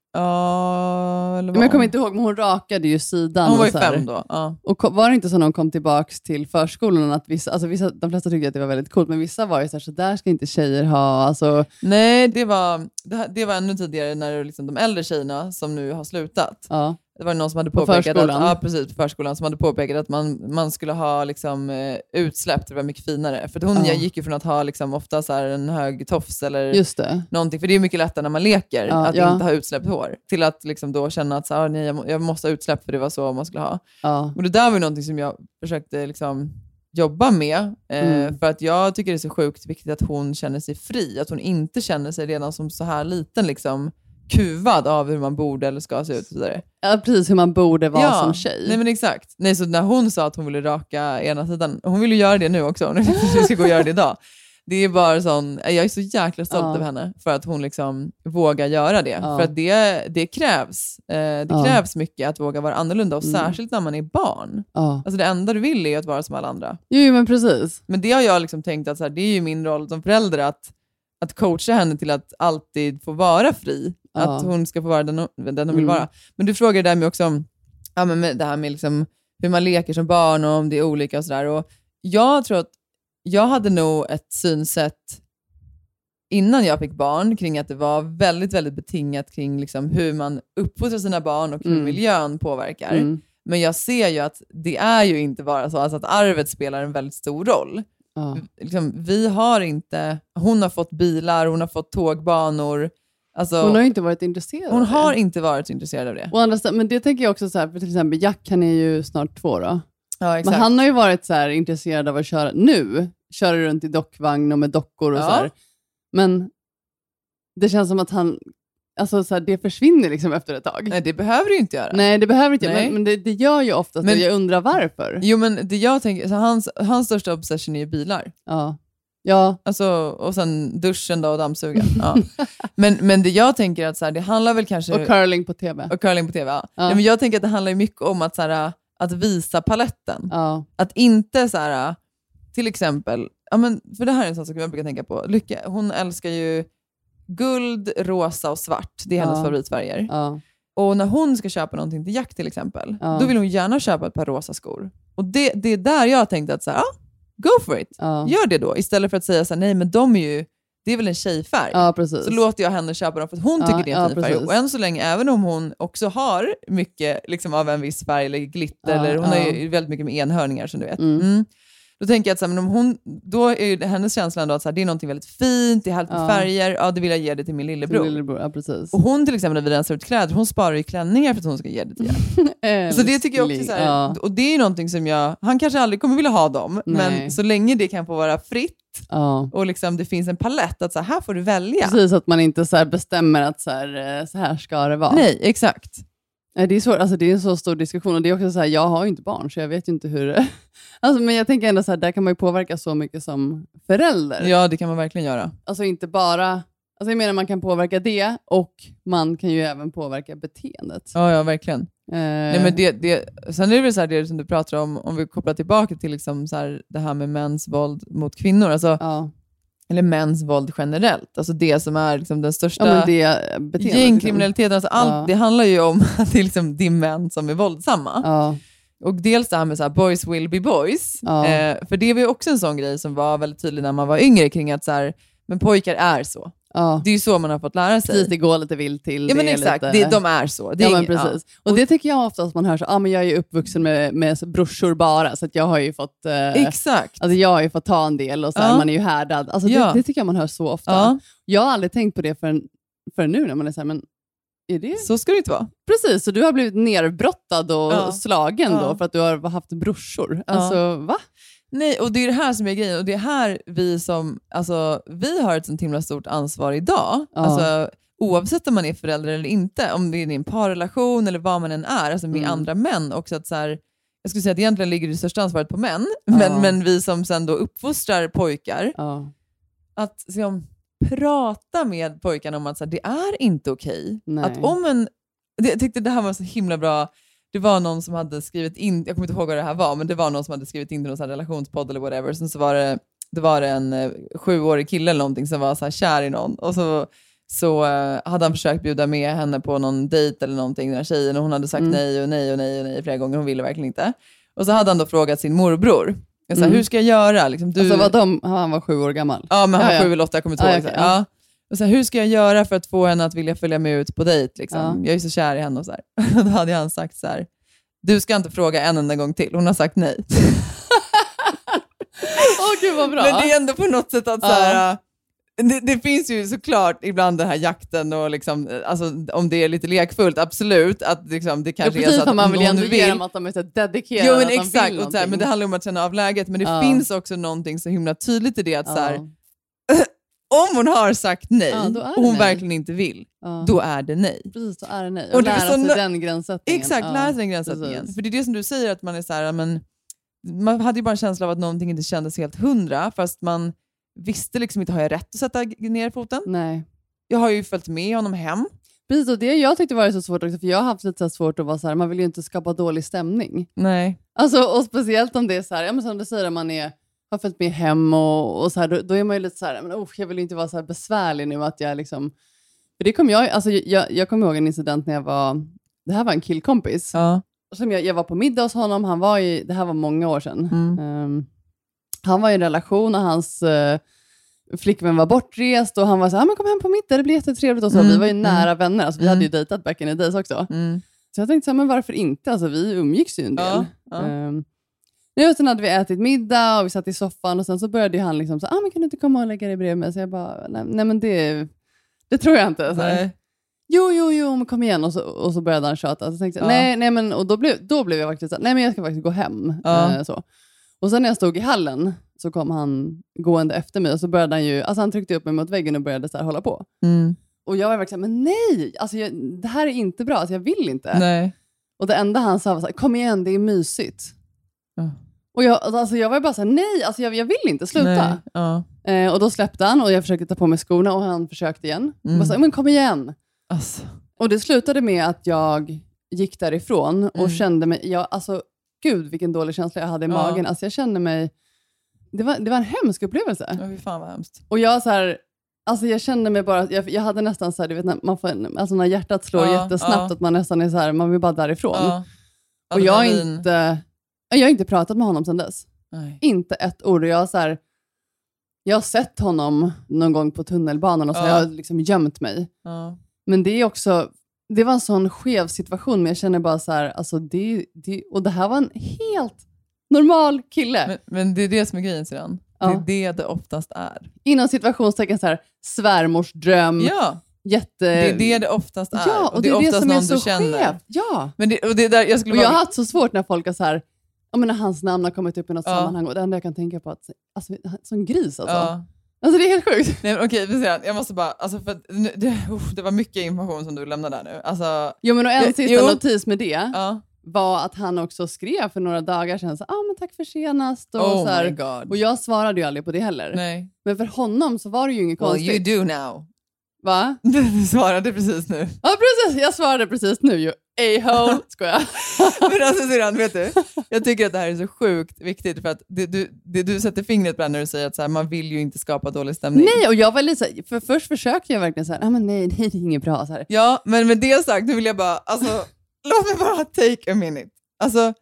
Ja, eller men jag kommer inte ihåg, men hon rakade ju sidan. Hon var ju så här. 5 då. Ja. Och var det inte så när hon kom tillbaks till förskolan att de flesta tyckte att det var väldigt coolt, men vissa var ju så där ska inte tjejer ha. Alltså... Nej, det var ännu tidigare när liksom de äldre tjejerna som nu har slutat. Ja. Det var någon som hade påpekat på förskolan som hade påpekat att man skulle ha liksom, utsläpp, det var mycket finare. För hon gick ju från att ha liksom, ofta så här, en hög tofs eller någonting, för det är mycket lättare när man leker att inte ha utsläppt hår, till att liksom, då känna att så här, nej, jag måste ha utsläpp för det var så man skulle ha. Och det där var ju någonting som jag försökte liksom, jobba med, för att jag tycker det är så sjukt viktigt att hon känner sig fri, att hon inte känner sig redan som så här liten liksom kuvad av hur man borde eller ska se ut. Så där. Ja, precis, hur man borde vara som tjej. Nej, men exakt. Nej, så när hon sa att hon ville raka ena sidan, hon vill ju göra det nu också, vi ska gå och göra det idag. Det är bara sån, jag är så jäkla stolt över henne för att hon liksom vågar göra det. För att det krävs. Det krävs mycket att våga vara annorlunda, och särskilt när man är barn. Alltså det enda du vill är att vara som alla andra. Jo, men precis. Men det har jag liksom tänkt att så här, det är ju min roll som förälder att coacha henne till att alltid få vara fri. Att hon ska få vara den hon vill vara. Men du frågade där med också om med det här med liksom, hur man leker som barn och om det är olika och sådär. Och jag tror att jag hade nog ett synsätt innan jag fick barn kring att det var väldigt, väldigt betingat kring liksom hur man uppfostrar sina barn och hur miljön påverkar. Men jag ser ju att det är ju inte bara så alltså att arvet spelar en väldigt stor roll. Liksom, hon har fått bilar, hon har fått tågbanor. Alltså, hon har ju inte varit intresserad hon av det. har inte varit intresserad av det. Och andra, men det tänker jag också så här, för till exempel Jack, han är ju snart 2 då. Ja, exakt. Men han har ju varit så här intresserad av att köra runt i dockvagn och med dockor och så här. Men det känns som att han, alltså så här, det försvinner liksom efter ett tag. Nej, det behöver du inte göra. Nej, det behöver inte göra. Men det gör ju oftast och jag undrar varför. Jo, men det jag tänker, så hans största obsession är ju bilar. Ja. Alltså, och sen duschen då och dammsuga. Ja. men det jag tänker att så här, det handlar väl kanske... Och curling på tv. Ja. Nej, men jag tänker att det handlar mycket om att, så här, att visa paletten. Ja. Att inte så här, till exempel, ja, men, för det här är en sån sak jag brukar tänka på. Lycka, hon älskar ju guld, rosa och svart. Det är hennes favoritfärger. Ja. Och när hon ska köpa någonting till Jack till exempel, då vill hon gärna köpa ett par rosa skor. Och det är där jag tänkte att så här, go for it. Gör det då. Istället för att säga så här, nej men det är väl en tjejfärg. Ja, precis. Så låter jag henne köpa dem för att hon tycker det är en fin färg. Och än så länge, även om hon också har mycket liksom, av en viss färg eller glitter, eller hon har ju väldigt mycket med enhörningar som du vet. Då tänker jag att så här, men då är ju hennes känsla ändå att så här, det är någonting väldigt fint, det är härligt med färger, det vill jag ge det till min lillebror. Ja, precis. Och hon till exempel när vi rensar ut kläder, hon sparar ju klänningar för att hon ska ge det till Jack. Så det tycker jag också så här, och det är ju någonting som han kanske aldrig kommer vilja ha dem, men så länge det kan få vara fritt och liksom det finns en palett att så här får du välja. Precis, att man inte så här bestämmer att så här ska det vara. Nej, exakt. Det är svårt, alltså det är en så stor diskussion och det är också så här, jag har ju inte barn så jag vet ju inte hur alltså, men jag tänker ändå så här, där kan man ju påverka så mycket som förälder. Ja, det kan man verkligen göra. Alltså inte bara, alltså jag menar man kan påverka det och man kan ju även påverka beteendet. Ja, verkligen. Nej, men sen är det väl så här, det som du pratar om vi kopplar tillbaka till liksom så här, det här med mäns våld mot kvinnor, alltså eller mäns våld generellt. Alltså det som är liksom den största gängkriminaliteten. Alltså det handlar ju om att det är liksom de män som är våldsamma. Och dels det här med så här, boys will be boys. För det var ju också en sån grej som var väldigt tydlig när man var yngre kring att så här, men pojkar är så. Det är ju så man har fått lära sig. Precis, det går lite vilt till. Ja, men exakt. De är så. Det är men precis. Och det tycker jag ofta att man hör så, men jag är ju uppvuxen med brorsor bara, så att jag har ju fått exakt. Alltså jag har ju fått ta en del och så här, man är ju härdad. Alltså det tycker jag man hör så ofta. Jag har aldrig tänkt på det för nu när man är så här, men är det? Så ska det inte vara. Precis, så du har blivit nerbrottad och slagen då för att du har haft brorsor. Alltså, va? Nej, och det är det här som är grejen. Och det är här vi har ett sånt himla stort ansvar idag. Alltså, oavsett om man är förälder eller inte. Om det är en parrelation eller vad man än är. Alltså med andra män. Också att så här, jag skulle säga att egentligen ligger det största ansvaret på män. Men vi som sen då uppfostrar pojkar. Att liksom, prata med pojkarna om att så här, det är inte okej. Att om jag tyckte det här var så himla bra. Det var någon som hade skrivit in, jag kommer inte ihåg vad det här var, men det var någon som hade skrivit in till någon sån här relationspodd eller whatever. Sen så var det en 7-årig kille eller någonting som var så här kär i någon. Och så hade han försökt bjuda med henne på någon dejt eller någonting, den här tjejen, och hon hade sagt nej flera gånger, hon ville verkligen inte. Och så hade han då frågat sin morbror. Så här, hur ska jag göra? Liksom, alltså han var 7 år gammal? Ja, men han var 7 eller 8, jag kommer inte ihåg. Ja. Och så här, hur ska jag göra för att få henne att vilja följa med ut på dejt? Liksom? Jag är så kär i henne. Och så här. Då hade han sagt så här: du ska inte fråga en enda gång till. Hon har sagt nej. Gud vad bra. Men det är ändå på något sätt att så här, det finns ju såklart ibland den här jakten och liksom, alltså, om det är lite lekfullt, absolut. Att liksom, det kanske är så att man vill ändå ge dem att de är så dedikerade. Jo, men exakt. Och så här, men det handlar om att känna av läget. Men det finns också någonting så himla tydligt i det att så här, om hon har sagt nej och hon verkligen inte vill, då är det nej. Precis, då är det nej. Och lära sig den gränssättningen. Exakt, lära sig den gränssättningen. Precis. För det är det som du säger, att man är så här, men man hade ju bara en känsla av att någonting inte kändes helt 100, fast man visste liksom inte, har jag rätt att sätta ner foten? Nej. Jag har ju följt med honom hem. Precis, och det jag tyckte var så svårt också, för jag har haft lite så svårt att vara så här, man vill ju inte skapa dålig stämning. Nej. Alltså, och speciellt om det är så här, ja, men som du säger, man har följt med hem och så här, då är man ju lite så här, men jag vill inte vara så här besvärlig nu att jag liksom, för det kom jag kommer ihåg en incident när det här var en killkompis som jag var på middag hos honom, det här var många år sedan. han var i en relation och hans flickvän var bortrest och han var så här, men kom hem på middag, det blir jättetrevligt och så. Vi var ju nära vänner, alltså vi hade ju dejtat back in the days också. Så jag tänkte så här, men varför inte? Alltså vi umgicks ju en del. Nu sen hade vi ätit middag och vi satt i soffan och sen så började han liksom så men kan du inte komma och lägga dig bredvid mig? Så jag bara, nej men det tror jag inte. Så här. Jo, men kom igen. Och så började han tjata. Så tänkte jag, nej men, och då blev jag faktiskt så här, nej men jag ska faktiskt gå hem. Så. Och sen när jag stod i hallen så kom han gående efter mig och så började han ju, alltså han tryckte upp mig mot väggen och började så här hålla på. Och jag var verkligen, men nej, alltså det här är inte bra, alltså jag vill inte. Nej. Och det enda han sa var så här, kom igen, det är mysigt. Och jag var bara så här, nej, alltså jag vill inte, sluta. Och då släppte han och jag försökte ta på mig skorna och han försökte igen. Och bara så här, men kom igen. Alltså. Och det slutade med att jag gick därifrån och kände mig, gud vilken dålig känsla jag hade i magen. Alltså jag kände mig, det var en hemsk upplevelse. Ja, fan vad hemskt. Och jag så här, alltså jag kände mig bara, jag hade nästan så här, du vet när man får alltså när hjärtat slår jättesnabbt att man nästan är så här, man vill bara därifrån. Och jag har inte pratat med honom sedan dess. Nej. Inte ett ord. Och jag har sett honom någon gång på tunnelbanan och så har jag liksom gömt mig. Men det är också, det var en sån skev situation, men jag känner bara så här, alltså och det här var en helt normal kille. Men det är det som är grejen sedan. Det är det oftast är. Inom situationstecken så här, svärmors dröm. Ja. Det är det oftast är. Ja, och det är oftast det som är någon så du känner. skevt. Ja. Men jag har haft så svårt när folk har så här, när hans namn har kommit upp i något sammanhang och det enda jag kan tänka på att, alltså, som gris alltså. Alltså det är helt sjukt. Nej, men okej, jag måste bara, alltså för det var mycket information som du lämnade där nu. Alltså, jo, men en sista notis med det var att han också skrev för några dagar sedan så, men tack för senast och så här, my God. Och jag svarade ju aldrig på det heller. Nej. Men för honom så var det ju inget konstigt. Well, you do now. Va? Du svarade precis nu. Ja, precis. Jag svarade precis nu ju. A-hole, skojar. Men alltså Syrran, vet du? Jag tycker att det här är så sjukt viktigt för att du sätter fingret på det när du säger att så här, man vill ju inte skapa dålig stämning. Nej, och jag var lite så här, först försökte jag verkligen så här, men nej, det är inget bra så här. Ja, men med det sagt, nu vill jag bara, alltså, låt mig bara take a minute. Alltså,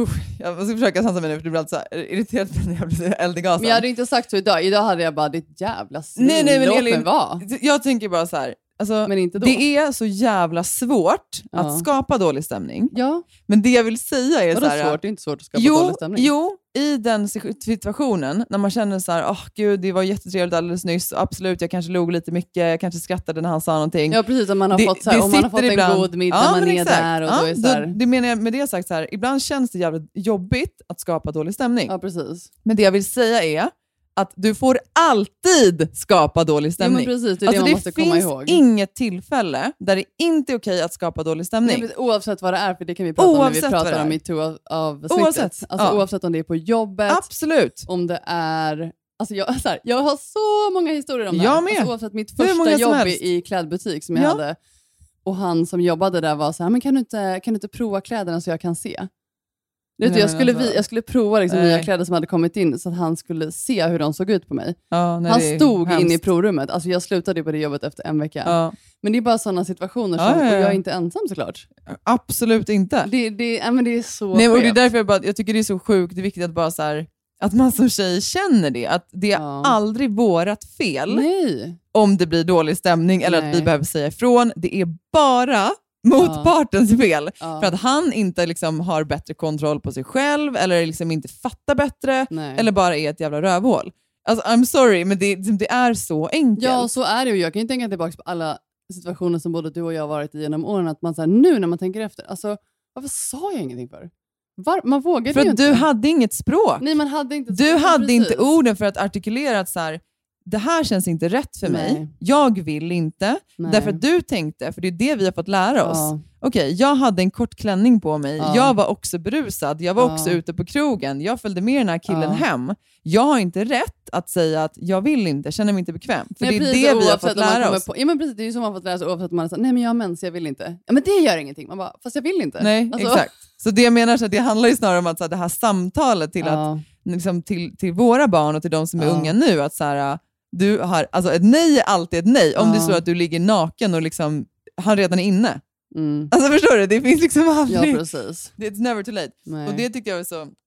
jag ska försöka sansa mig nu för du blir alltid så här irriterad när jag blir eld i gasen. Men jag hade inte sagt så idag hade jag bara, ditt jävla svin, nej, men låt mig vara. Jag tänker bara så här, alltså, men inte då. Det är så jävla svårt att skapa dålig stämning. Ja. Men det jag vill säga är så här, svårt? Det är inte svårt att skapa dålig stämning. Jo, i den situationen när man känner så här, gud, det var jättetrevligt alldeles nyss. Absolut, jag kanske log lite mycket, jag kanske skrattade när han sa någonting. Ja, precis, om man har fått så här, om man har fått en god middag, man är där och då är så här. Det menar jag med det sagt så här, ibland känns det jävligt jobbigt att skapa dålig stämning. Ja, precis. Men det jag vill säga är att du får alltid skapa dålig stämning. Jo, men precis, det är det man måste komma ihåg. Det finns inget tillfälle där det inte är okej att skapa dålig stämning. Nej, oavsett vad det är, för det kan vi prata om när vi pratar om MeToo-avsnittet. Alltså, oavsett om det är på jobbet. Absolut. Om det är... Alltså jag har så många historier om det här. Jag med. Alltså, oavsett mitt första jobb i klädbutik som jag hade. Och han som jobbade där var så här, men kan du inte prova kläderna så jag kan se? Jag skulle prova liksom nya kläder som hade kommit in så att han skulle se hur de såg ut på mig. Han stod inne i provrummet. Alltså jag slutade på det jobbet efter en vecka. Men det är bara sådana situationer som, och jag är inte ensam såklart. Absolut inte. Men det är så nej, och det är därför jag tycker det är så sjukt. Det är viktigt att bara så här, att man som tjej känner det. Att det är aldrig vårat fel. Nej. Om det blir dålig stämning eller att vi behöver säga ifrån. Det är bara motpartens fel. För att han inte liksom har bättre kontroll på sig själv eller liksom inte fattar bättre eller bara är ett jävla rövhål. Alltså I'm sorry, men det är så enkelt. Ja, så är det ju. Jag kan ju tänka tillbaka på alla situationer som både du och jag har varit i genom åren, att man så här, nu när man tänker efter, alltså varför sa jag ingenting för? Man vågade för ju att inte. Du hade inget språk. Nej, man hade inte. Du hade inte orden för att artikulera att så här, det här känns inte rätt för mig. Jag vill inte. Därför att du tänkte, för det är det vi har fått lära oss. Okej, jag hade en kort klänning på mig. Jag var också berusad. Jag var också ute på krogen. Jag följde med den här killen hem. Jag har inte rätt att säga att jag vill inte, känner mig inte bekväm. För det är det vi har fått lära oss. Ja, men precis, det är ju som man har fått lära sig oavsett om man säger nej men jag har mens, jag vill inte. Ja, men det gör ingenting. Man bara, fast jag vill inte. Nej, alltså. Exakt. Så det jag menar så att det handlar ju snarare om att så här, det här samtalet till att liksom, till våra barn och till de som är unga nu, att så här, du har, alltså ett nej är alltid ett nej. Om det är så att du ligger naken och liksom, han redan är inne. Alltså förstår du? Det finns liksom aldrig. Ja, precis. It's never too late. Nej. Och det tycker jag är så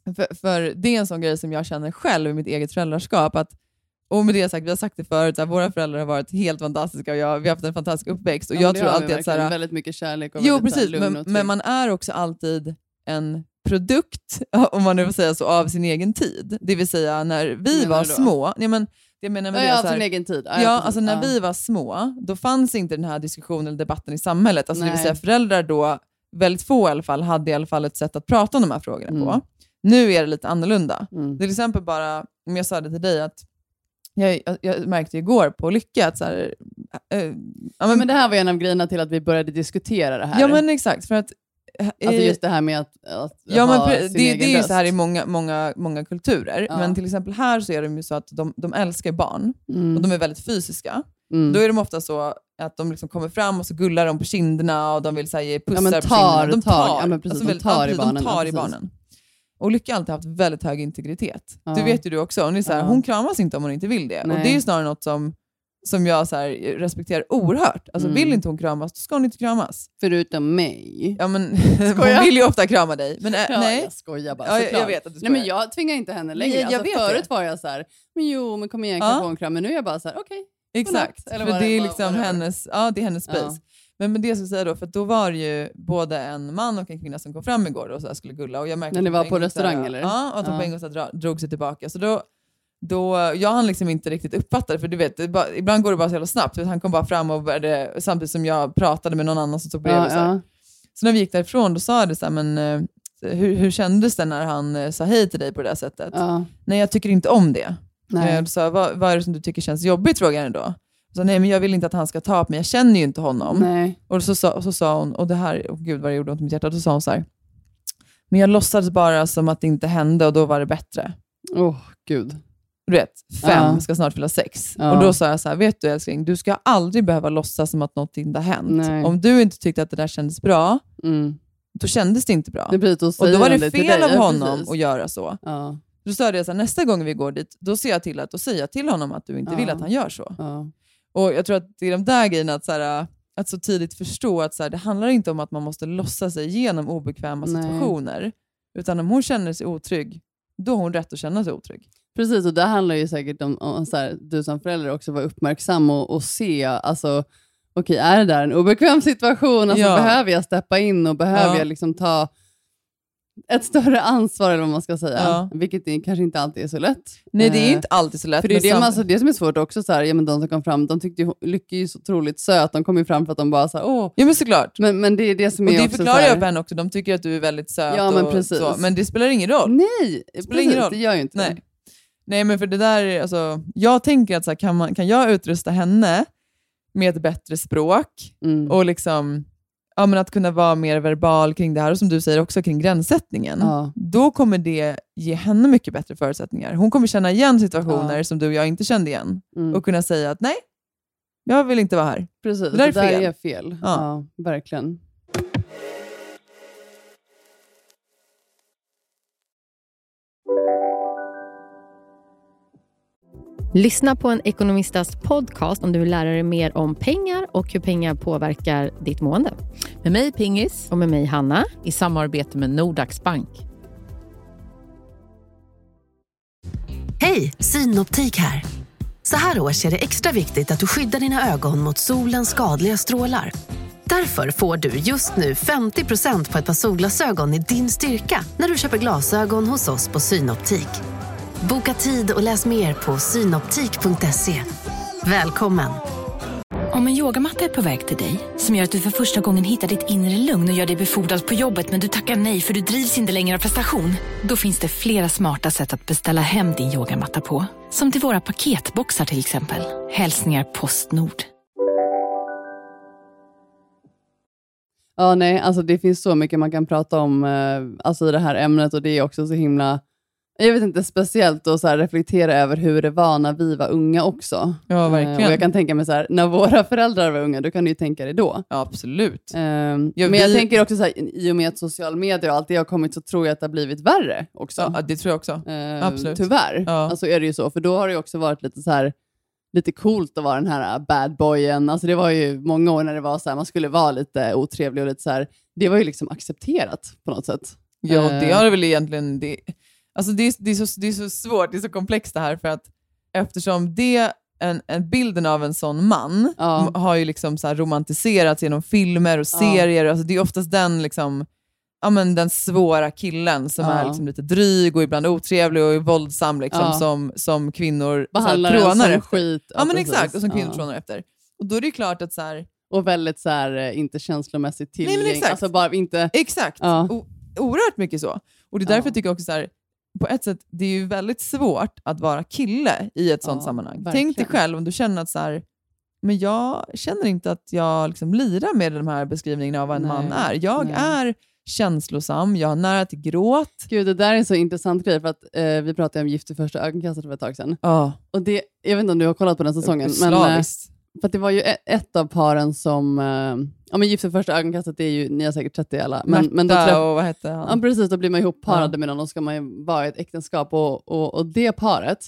För det är en sån grej som jag känner själv i mitt eget föräldraskap. Och med det sagt, vi har sagt det förut, att våra föräldrar har varit helt fantastiska och vi har haft en fantastisk uppväxt. Och jag tror alltid att såhär, väldigt mycket kärlek och jo, väldigt precis, lugn och men man är också alltid en produkt, om man nu får säga så, av sin egen tid. Det vill säga när vi var små. Ja, men jag menar med det, sin egen tid. Alltså när vi var små, då fanns inte den här diskussionen eller debatten i samhället. Alltså det vill säga föräldrar då, väldigt få i alla fall, hade i alla fall ett sätt att prata om de här frågorna på. Nu är det lite annorlunda. Till exempel bara, om jag sa det till dig, att jag märkte igår på Lycka att så här, men det här var en av grejerna till att vi började diskutera det här. Ja, men exakt, för att alltså just det här med att ja, ha men sin det egen är ju röst. så här i många kulturer. Men till exempel här så är de ju så att de älskar barn. Och de är väldigt fysiska. Då är de ofta så att de liksom kommer fram och så gullar de på kinderna och de vill säga ge pussar på kinderna. De tar i barnen. Och Lycka har alltid haft väldigt hög integritet. Det vet ju du också. Hon är så här, hon kramas inte om hon inte vill det. Nej. Och det är ju snarare något som jag så här respekterar oerhört. Alltså vill inte hon kramas, då ska hon inte kramas. Förutom mig. Ja, men hon vill ju ofta krama dig. Men nej. Jag skojar bara. Ja, jag vet att du skojar. Nej, men jag tvingar inte henne längre. Nej, jag vet förut det. var jag så här, men kom igen, kan få en kram. Men nu är jag bara så här, okej. Exakt, eller för det är liksom hennes space. Ja. Men det jag skulle säga då, för då var det ju både en man och en kvinna som kom fram igår och så här skulle gulla. Och jag märkte när ni var på restaurang eller? Ja, och att de på en gång så drog sig tillbaka. Så då jag hann liksom inte riktigt uppfatta det, för du vet, ibland går det bara så jävla snabbt. Han kom bara fram och började, samtidigt som jag pratade med någon annan som tog bredvid. Så när vi gick därifrån, då sa jag det så här, men hur kändes det när han sa hej till dig på det där sättet? Nej, jag tycker inte om det. Då sa jag, vad är det som du tycker känns jobbigt, frågade jag då. Så, nej, men jag vill inte att han ska ta på mig, jag känner ju inte honom. Nej. Och så sa hon, och det här, gud vad det gjorde ont i mitt hjärta, då sa hon så här, men jag låtsades bara som att det inte hände och då var det bättre. Gud. Du vet, 5 ska snart fylla 6. Och då sa jag så här, vet du älskling, du ska aldrig behöva låtsas som att något inte har hänt. Nej. Om du inte tyckte att det där kändes bra, då kändes det inte bra. Och då var det fel av honom att göra så. Då sa jag så här, nästa gång vi går dit, då ser jag till att säga till honom att du inte vill att han gör så. Och jag tror att det är de där grejerna att så tidigt förstå att så här, det handlar inte om att man måste låtsas sig igenom obekväma situationer. Utan om hon känner sig otrygg, då har hon rätt att känna sig otrygg. Precis, och det handlar ju säkert om så här, du som förälder också var uppmärksam och se, alltså okej, är det där en obekväm situation? Alltså, behöver jag steppa in och behöver jag liksom ta ett större ansvar, eller vad man ska säga. Vilket kanske inte alltid är så lätt. Nej, det är inte alltid så lätt. För det är det som är svårt också. Så här, ja, men de som kom fram, de tyckte ju Lycka är så otroligt söt. De kom ju fram för att de bara så här, åh. Ja, men såklart. Men det är det som och är också. Och det förklarar jag på henne också. De tycker att du är väldigt söt. Ja, men precis. Så. Men det spelar ingen roll. Nej, det spelar ingen roll. Det gör ju inte det. Nej, men för det där, alltså, jag tänker att så här, kan jag utrusta henne med ett bättre språk och liksom, ja, men att kunna vara mer verbal kring det här, och som du säger också kring gränssättningen, då kommer det ge henne mycket bättre förutsättningar. Hon kommer känna igen situationer som du och jag inte kände igen och kunna säga att nej, jag vill inte vara här. Precis, det där är fel. Ja, verkligen. Lyssna på en ekonomistas podcast om du vill lära dig mer om pengar och hur pengar påverkar ditt mående. Med mig Pingis. Och med mig Hanna. I samarbete med Nordax Bank. Hej, Synoptik här. Så här års är det extra viktigt att du skyddar dina ögon mot solens skadliga strålar. Därför får du just nu 50% på ett par solglasögon i din styrka när du köper glasögon hos oss på Synoptik. Boka tid och läs mer på synoptik.se. Välkommen! Om en yogamatta är på väg till dig, som gör att du för första gången hittar ditt inre lugn och gör dig befordrad på jobbet, men du tackar nej för du drivs inte längre av prestation. Då finns det flera smarta sätt att beställa hem din yogamatta på. Som till våra paketboxar till exempel. Hälsningar Postnord. Ja, nej, alltså det finns så mycket man kan prata om alltså i det här ämnet, och det är också så himla, jag vet inte, speciellt att så här reflektera över hur det var när vi var unga också. Ja, verkligen. Och jag kan tänka mig så här, när våra föräldrar var unga, då kan du ju tänka dig då. Ja, absolut. Men jag tänker också så här, i och med att social media och allt det har kommit, så tror jag att det har blivit värre också. Ja, det tror jag också. Absolut. Tyvärr. Ja. Alltså är det ju så, för då har det ju också varit lite så här, lite coolt att vara den här bad boyen. Alltså det var ju många år när det var så här, man skulle vara lite otrevlig och lite så här, det var ju liksom accepterat på något sätt. Ja, det har det väl egentligen, Alltså det är så svårt, det är så komplext det här, för att eftersom en bilden av en sån man har ju liksom så här romantiserats genom filmer och serier. Alltså det är oftast den liksom, den svåra killen som är liksom lite dryg och ibland otrevlig och våldsam liksom, som kvinnor trånar efter. Skit. Ja, men exakt, och som kvinnor trånar efter. Och då är det klart att så här, och väldigt så här, inte känslomässigt tillgänglig. Alltså bara inte... Exakt, oerhört mycket så. Och det är därför jag tycker också så här, på ett sätt, det är ju väldigt svårt att vara kille i ett sånt sammanhang. Verkligen. Tänk dig själv om du känner att så här, men jag känner inte att jag liksom lirar med de här beskrivningarna av vad en man är. Jag är känslosam, jag har nära till gråt. Gud, det där är en så intressant grej, för att vi pratade om Gift i första ögonkastet för ett tag sedan. Och det, jag vet inte om du har kollat på den säsongen, men för att det var ju ett av paren som men Gift i första ögonkastet, det är ju, ni har säkert sett det alla. Men då och vad hette han? Ja, precis, då blir man ihop parade med någon och ska man ju vara i ett äktenskap, och det paret,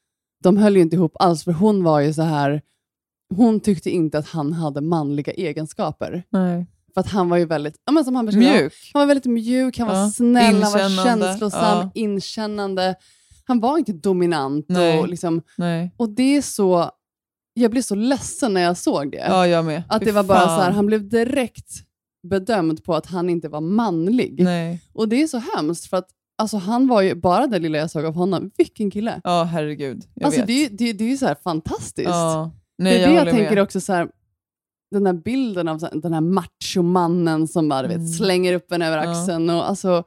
de höll ju inte ihop alls, för hon var ju så här, hon tyckte inte att han hade manliga egenskaper. Nej. För att han var ju väldigt, som han mjuk. Han var väldigt mjuk, han var snäll, han var känslosam, inkännande. Han var inte dominant. Nej. Och liksom, Nej. och det är så, jag blev så ledsen när jag såg det. Ja, jag med. Att det var bara så här, han blev direkt bedömd på att han inte var manlig. Nej. Och det är så hemskt, för att alltså, han var ju bara det lilla jag såg av honom. Vilken kille. Ja, herregud. Alltså, det är ju så här fantastiskt. Ja. Nej, det är det jag tänker också så här, den här bilden av den här machomannen som bara slänger upp en över axeln. Och alltså,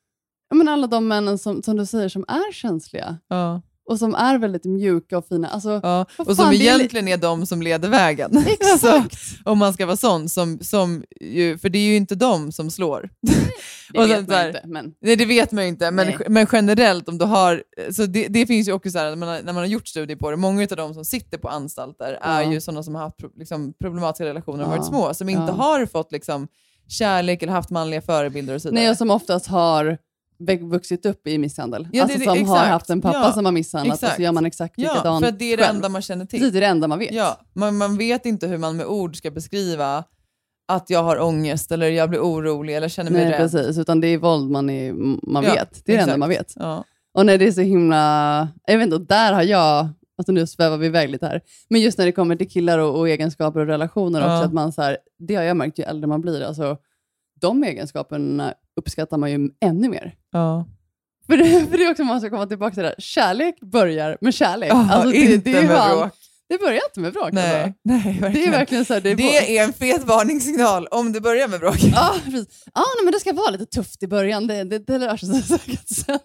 alla de männen som du säger, som är känsliga. Ja. Och som är väldigt mjuka och fina. Alltså, och som egentligen är de som leder vägen. Exakt. Alltså, om man ska vara sån. Som ju, för det är ju inte de som slår. Det vet man inte. Nej, det vet man ju inte. Men generellt, om du har... Så det finns ju också så här, när man har gjort studier på det. Många av de som sitter på anstalter är ju sådana som har haft liksom, problematiska relationer och varit små. Som inte har fått liksom, kärlek eller haft manliga förebilder och så vidare. Nej, och som oftast har vuxit upp i misshandel. Ja, som exakt. Har haft en pappa som har misshandlat, och så gör man exakt likadant. För det är det enda man känner till. Det är det enda man vet. Ja, man vet inte hur man med ord ska beskriva att jag har ångest eller jag blir orolig eller känner mig rädd. Precis, utan det är våld man vet. Det är det enda man vet. Ja. Och när det är så himla... Jag vet inte, där har jag... Alltså nu svävar vi iväg lite här. Men just när det kommer till killar och egenskaper och relationer också, att man så här, det har jag märkt ju äldre man blir. Alltså, de egenskaperna uppskattar man ju ännu mer. Ja. För det är också, man ska komma tillbaka till det där. Kärlek börjar med kärlek. Alltså, inte med bråk. Det börjar inte med bråk. Nej, alltså. Nej, det är verkligen så här, det är en fet varningssignal om det börjar med bråk. Ja, precis. Men det ska vara lite tufft i början. Det rör sig säkert sen.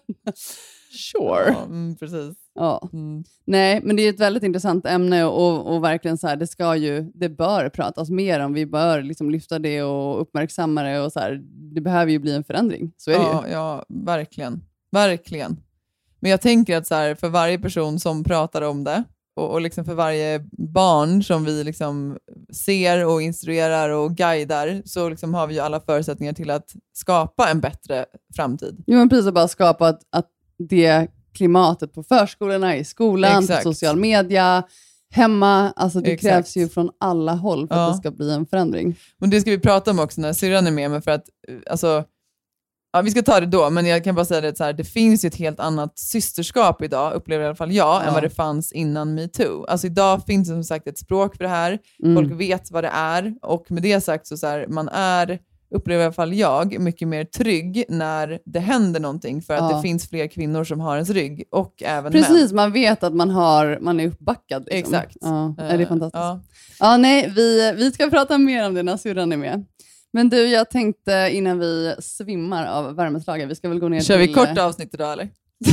Sure. Ja, precis. Ja. Nej, men det är ett väldigt intressant ämne, och verkligen så här, det bör pratas mer om. Vi bör liksom lyfta det och uppmärksamma det, och så här, det behöver ju bli en förändring. Så är det ju. Ja, verkligen. Verkligen. Men jag tänker att så här, för varje person som pratar om det, och liksom för varje barn som vi liksom ser och instruerar och guidar, så liksom har vi ju alla förutsättningar till att skapa en bättre framtid. Jo, men precis, att bara skapa att det klimatet på förskolorna, i skolan, på social media, hemma, alltså det krävs ju från alla håll för att det ska bli en förändring. Men det ska vi prata om också när syrran är med, men för att alltså, vi ska ta det då, men jag kan bara säga det så här, det finns ju ett helt annat systerskap idag, upplever i alla fall jag, än vad det fanns innan MeToo. Alltså idag finns det som sagt ett språk för det här, folk vet vad det är, och med det sagt så här, man upplever i alla fall jag mycket mer trygg när det händer någonting, för att det finns fler kvinnor som har ens rygg, och även män. Precis, man vet att man är uppbackad. Liksom. Exakt. Ja, det är fantastiskt. Vi ska prata mer om det när syrran är med. Men du, jag tänkte innan vi svimmar av värmeslagen, vi ska väl gå ner Kör vi kort avsnitt idag eller?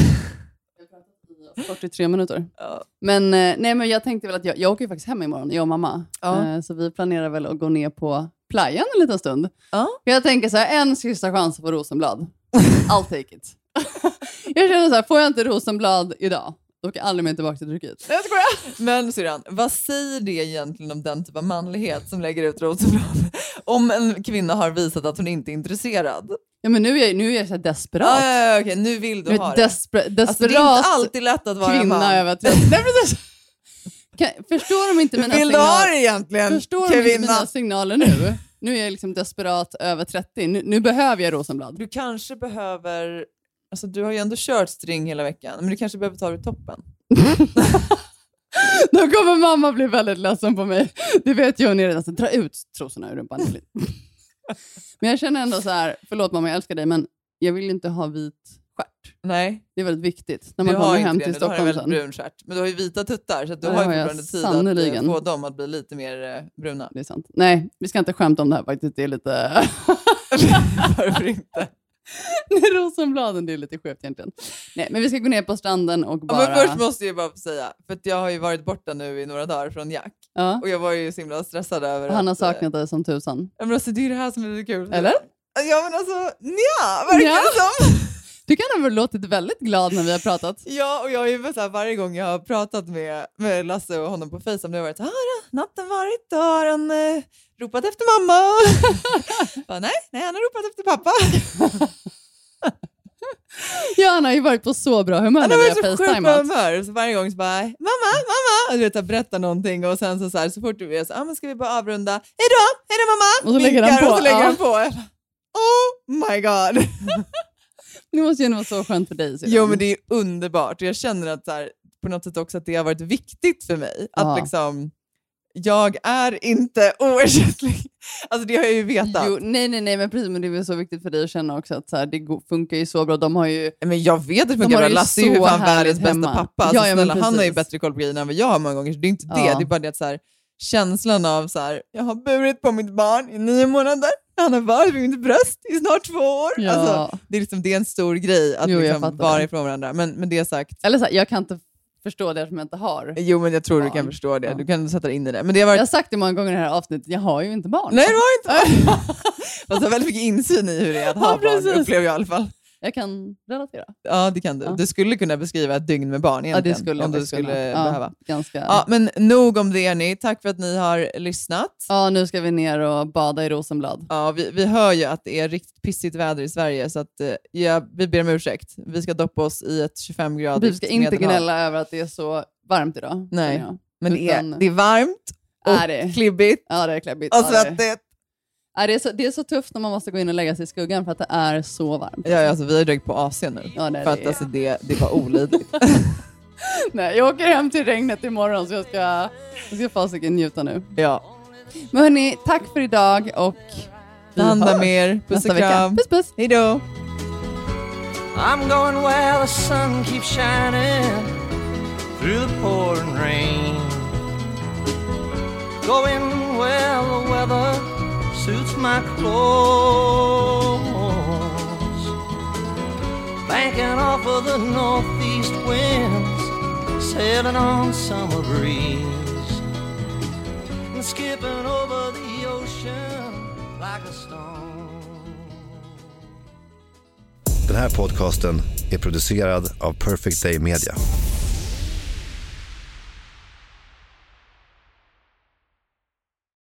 43 minuter. Ja. Men jag tänkte väl att jag åker ju faktiskt hem imorgon, jag och mamma. Ja. Så vi planerar väl att gå ner på playan en liten stund. Ja. Jag tänker så här, en sista chans på Rosenblad. I'll take it. Jag känner så här, får jag inte Rosenblad idag, då åker jag aldrig mer tillbaka till Turkiet. Jag skojar. Men syrran, vad säger det egentligen om den typ av manlighet som lägger ut Rosenblad? Om en kvinna har visat att hon inte är intresserad. Ja, men nu är jag så här desperat. Ja, okej, nu vill du ha det. Desperat. Alltså, det är inte alltid lätt att vara kvinna man. Över 30. Nej, precis. Förstår de inte mina signaler? Vill du ha det egentligen? Förstår de inte mina signaler nu? Nu är jag liksom desperat över 30. Nu behöver jag Rosenblad. Du kanske behöver Alltså, du har ju ändå kört string hela veckan. Men du kanske behöver ta det i toppen. Då kommer mamma bli väldigt ledsen på mig. Det vet jag redan. Alltså, dra ut trosorna ur rumpan. Men jag känner ändå så här, förlåt mamma, jag älskar dig, men jag vill inte ha vit stjärt. Nej. Det är väldigt viktigt. När man kommer hem till Stockholm. Du har en väldigt brun stjärt. Men du har ju vita tuttar, så att du har ju fortfarande tid att få dem att bli lite mer bruna. Det är sant. Nej, vi ska inte skämta om det här faktiskt. Det är lite... Varför inte? Rosenbladen, det är lite skevt egentligen. Nej, men vi ska gå ner på stranden och bara... Ja, men först måste jag bara få säga, för att jag har ju varit borta nu i några dagar från Jack. Ja. Och jag var ju så himla stressad över han har saknat dig som tusan. Ja, men alltså, det är det här som är lite kul. Eller? Ja, men alltså, verkligen som... Du kan ha väl låtit väldigt glad när vi har pratat. Ja, och jag har ju så här, varje gång jag har pratat med Lasse och honom på FaceTime, det har varit så här, natten varit, då har han ropat efter mamma. Bara, nej, han har ropat efter pappa. Ja, han har ju varit på så bra humör. Han har varit så sjukt bra humör. Så varje gång så bara, mamma. Och du vet, jag berättar någonting och sen så, här, så fort du är så, men ska vi bara avrunda. Hejdå mamma. Och så lägger han på. Och så lägger han på. Oh my god. Det måste ju vara så skönt för dig. Jo, men det är underbart. Och jag känner att så här, på något sätt också att det har varit viktigt för mig. Att liksom, jag är inte oersättlig. Alltså det har jag ju vetat. Jo, nej, men precis, men det är så viktigt för dig att känna också att så här, det funkar ju så bra. De har ju... Men jag vet att det funkar bra. Lasse är ju fan världens bästa pappa. Alltså, snälla, han har ju bättre koll på grejerna än vad jag har många gånger. Så det är inte det. Det är bara det att så här, känslan av så här, jag har burit på mitt barn i 9 månader. Han har varit vid mitt bröst i snart 2 år. Ja. Alltså, det är en stor grej att liksom vara ifrån varandra. Men det är sagt. Eller så här, jag kan inte förstå det som jag inte har. Jo, men jag tror du kan förstå det. Du kan sätta dig in i det. Men det har varit... Jag har sagt det många gånger i det här avsnittet. Jag har ju inte barn. Nej, du har inte barn. Fast jag har väldigt mycket insyn i hur det är att ha barn. Upplever jag i alla fall. Jag kan relatera. Ja, det kan du. Du skulle kunna beskriva ett dygn med barn egentligen. Ja, det skulle om du skulle behöva. Ganska. Ja, men nog om det, ni. Tack för att ni har lyssnat. Ja, nu ska vi ner och bada i Rosenblad. Ja, vi hör ju att det är riktigt pissigt väder i Sverige, så att vi ber om ursäkt. Vi ska doppa oss i ett 25-gradigt Vi ska inte gnälla över att det är så varmt idag. Nej, men det är varmt och klibbigt. Ja, det är klibbigt. Och svettigt. Ja, det är så tufft när man måste gå in och lägga sig i skuggan för att det är så varmt. Ja, alltså, vi har dragit på AC nu. Ja, för att alltså, det var olidligt. Nej, jag åker hem till regnet imorgon så jag ska fasiken njuta nu. Ja. Men hörni, tack för idag och vi handlar mer. Puss och kram. Puss. Hej då. I'm going where the sun keeps shining through the pouring rain. Going where the weather suits my clothes. Banking off of the northeast winds, sailing on summer breeze, and skipping over the ocean like a stone. Den här podcasten är producerad av Perfect Day Media.